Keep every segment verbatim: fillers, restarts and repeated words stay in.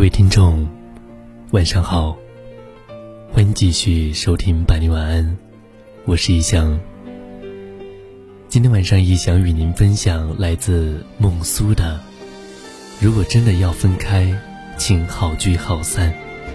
各位听众晚上好，欢迎继续收听百里晚安，我是一翔。今天晚上一翔与您分享来自孟苏的如果真的要分开，请好聚好散。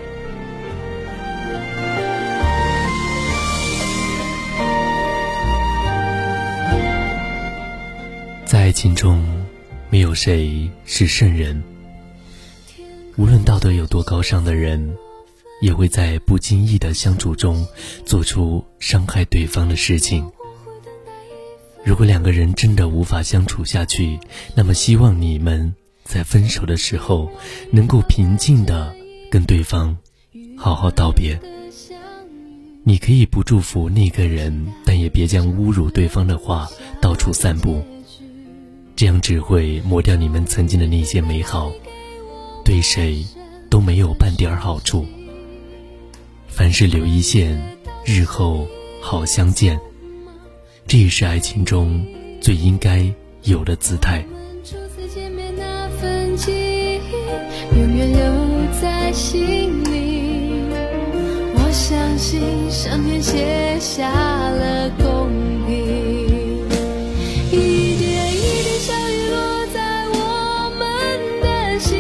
在爱情中，没有谁是圣人，无论道德有多高尚的人，也会在不经意的相处中做出伤害对方的事情。如果两个人真的无法相处下去，那么希望你们在分手的时候能够平静地跟对方好好道别。你可以不祝福那个人，但也别将侮辱对方的话到处散布，这样只会抹掉你们曾经的那些美好，对谁都没有半点好处。凡事留一线，日后好相见，这也是爱情中最应该有的姿态。 初次见面那份记忆永远留在心里，我相信上天写下了公平，一点一滴小雨落在我们的心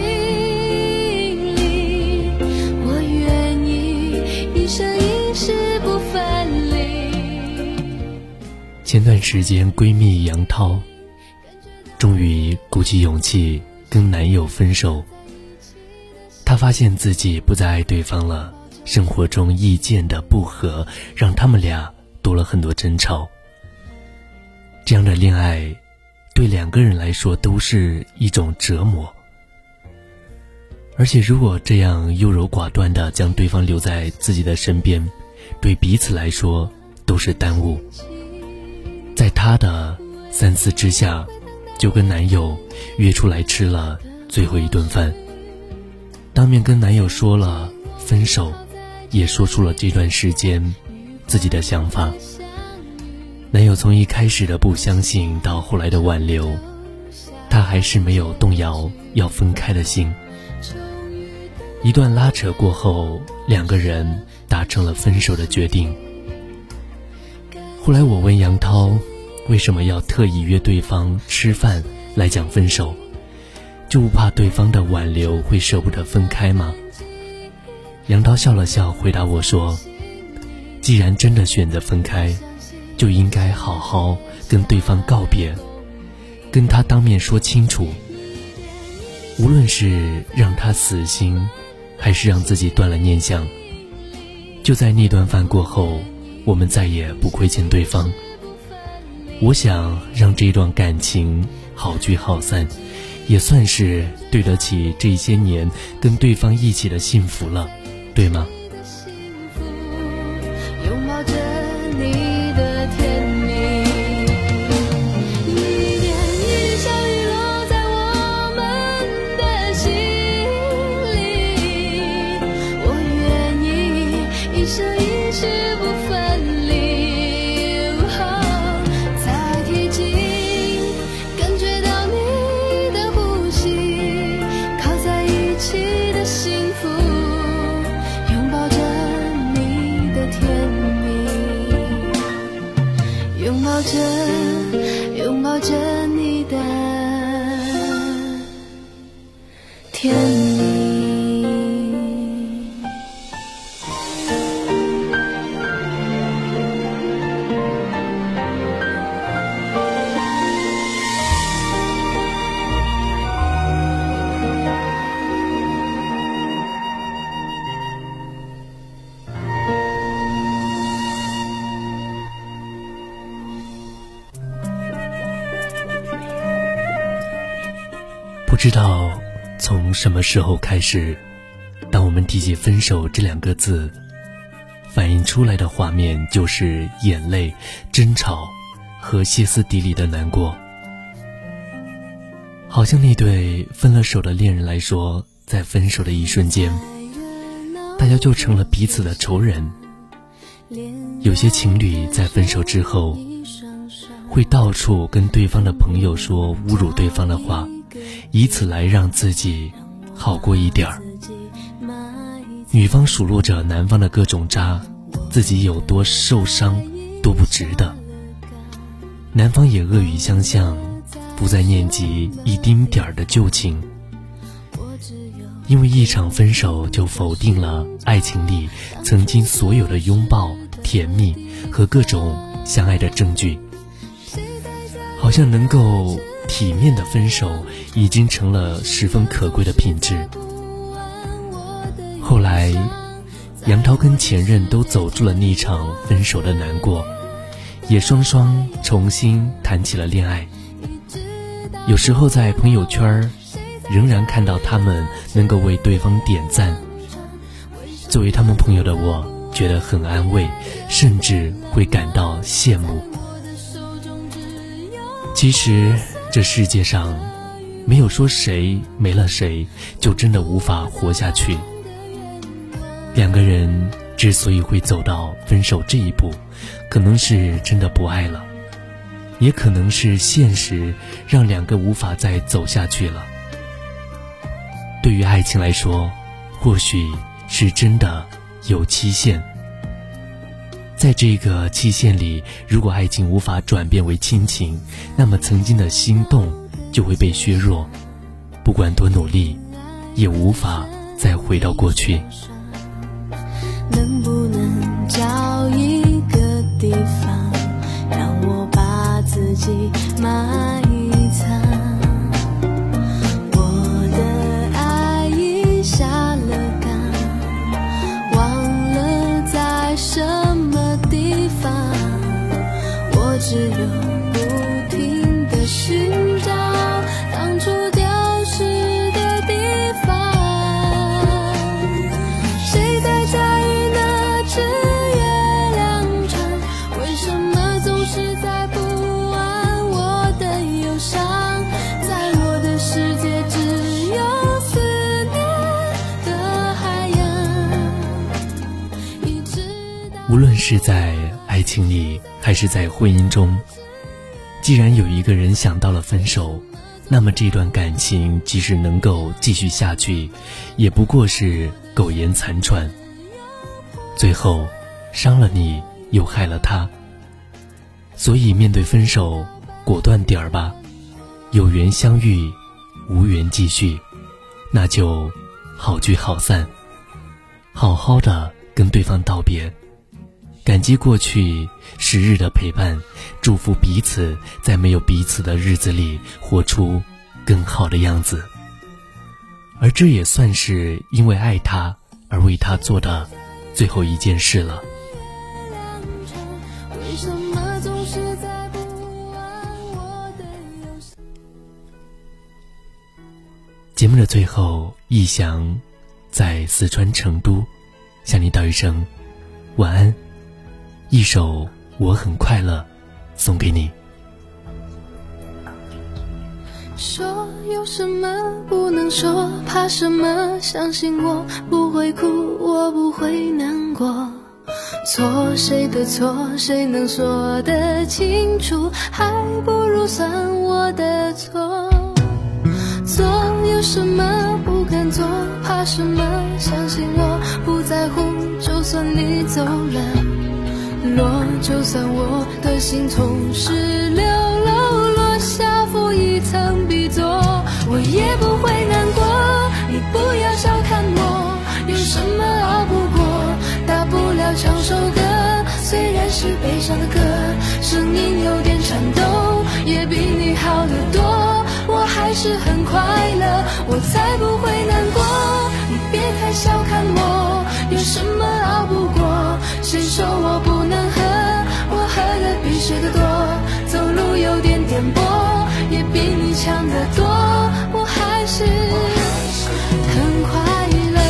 里，我愿意一生一世不分离。 前段时间闺蜜杨涛终于鼓起勇气跟男友分手，她发现自己不再爱对方了，生活中意见的不合让他们俩多了很多争吵。这样的恋爱对两个人来说都是一种折磨，而且如果这样优柔寡断地将对方留在自己的身边，对彼此来说都是耽误。在她的三思之下，就跟男友约出来吃了最后一顿饭，当面跟男友说了分手，也说出了这段时间自己的想法。男友从一开始的不相信到后来的挽留，他还是没有动摇要分开的心。一段拉扯过后，两个人达成了分手的决定。后来我问杨涛，为什么要特意约对方吃饭来讲分手，就不怕对方的挽留会舍不得分开吗？杨涛笑了笑回答我说，既然真的选择分开，就应该好好跟对方告别，跟他当面说清楚，无论是让他死心，还是让自己断了念想，就在那顿饭过后，我们再也不亏欠对方。我想让这段感情好聚好散，也算是对得起这些年跟对方一起的幸福了，对吗？ 拥抱着你的甜蜜，一点一滴小雨落在我们的心里，我愿意一生一世不分离。再贴近，感觉到你的呼吸，靠在一起的幸福，拥抱着你的甜蜜，拥抱着拥抱着你的甜蜜。 不知道从什么时候开始，当我们提起分手这两个字，反映出来的画面就是眼泪、争吵和歇斯底里的难过。好像那对分了手的恋人来说，在分手的一瞬间，大家就成了彼此的仇人。有些情侣在分手之后，会到处跟对方的朋友说侮辱对方的话，以此来让自己好过一点儿。 女方数落着男方的各种渣，自己有多受伤，多不值得。男方也恶语相向，不再念及一丁点儿的旧情。因为一场分手就否定了爱情里曾经所有的拥抱、甜蜜和各种相爱的证据，好像能够体面的分手已经成了十分可贵的品质。后来杨涛跟前任都走出了那场分手的难过，也双双重新谈起了恋爱。有时候在朋友圈仍然看到他们能够为对方点赞，作为他们朋友的我觉得很安慰，甚至会感到羡慕。其实这世界上没有说谁没了谁就真的无法活下去。两个人之所以会走到分手这一步，可能是真的不爱了，也可能是现实让两个无法再走下去了。对于爱情来说，或许是真的有期限，在这个期限里，如果爱情无法转变为亲情，那么曾经的心动就会被削弱，不管多努力也无法再回到过去。 能不能找一个地方让我把自己埋藏，只有不停地寻找当初丢失的地方。谁在驾驭那只月亮船？为什么总是在不安我的忧伤？在我的世界只有思念的海洋，一直到无论是在爱情里还是在婚姻中，既然有一个人想到了分手，那么这段感情即使能够继续下去，也不过是苟延残喘，最后伤了你又害了他。所以面对分手，果断点儿吧，有缘相遇，无缘继续，那就好聚好散，好好的跟对方道别，感激过去时日的陪伴，祝福彼此在没有彼此的日子里活出更好的样子。而这也算是因为爱他而为他做的最后一件事了。节目的最后，逸翔在四川成都向你道一声晚安，一首我很快乐送给你。 说有什么不能说，怕什么，相信我不会哭，我不会难过。错谁的错，谁能说得清楚，还不如算我的错。做有什么不敢做，怕什么，相信我不在乎，就算你走了落，就算我的心从十六楼落下负一层 B 座，我也不会难过。你不要小看我，有什么熬不过，大不了唱首歌，虽然是悲伤的歌，声音有点颤抖，也比你好得多。我还是很快乐，我才不会难过。你别太小看我，有什么熬不过，谁说我不能喝，我喝的比谁的多。走路有点颠簸，也比你强得多，我还是很快乐。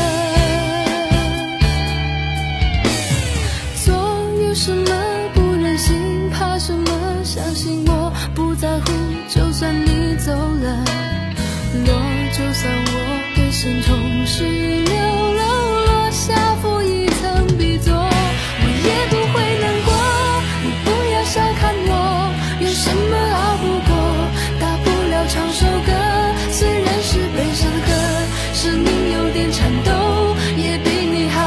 做有什么不忍心，怕什么，相信我不在乎，就算你走了落，就算我的心从十六楼落下负一层 B 座，我也不会难过。你不要小看我，有什么熬不过，大不了唱首歌，虽然是悲伤的歌，声音有点颤抖，也比你好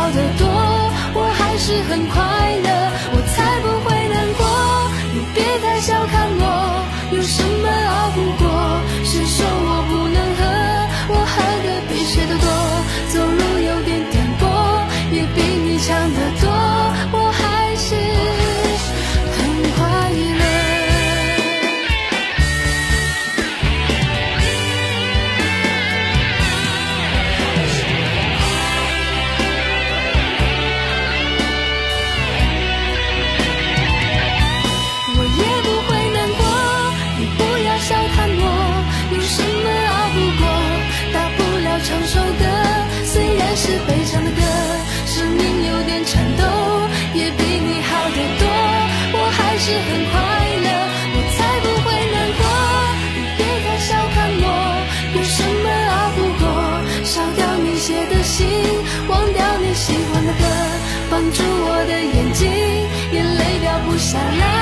下泪。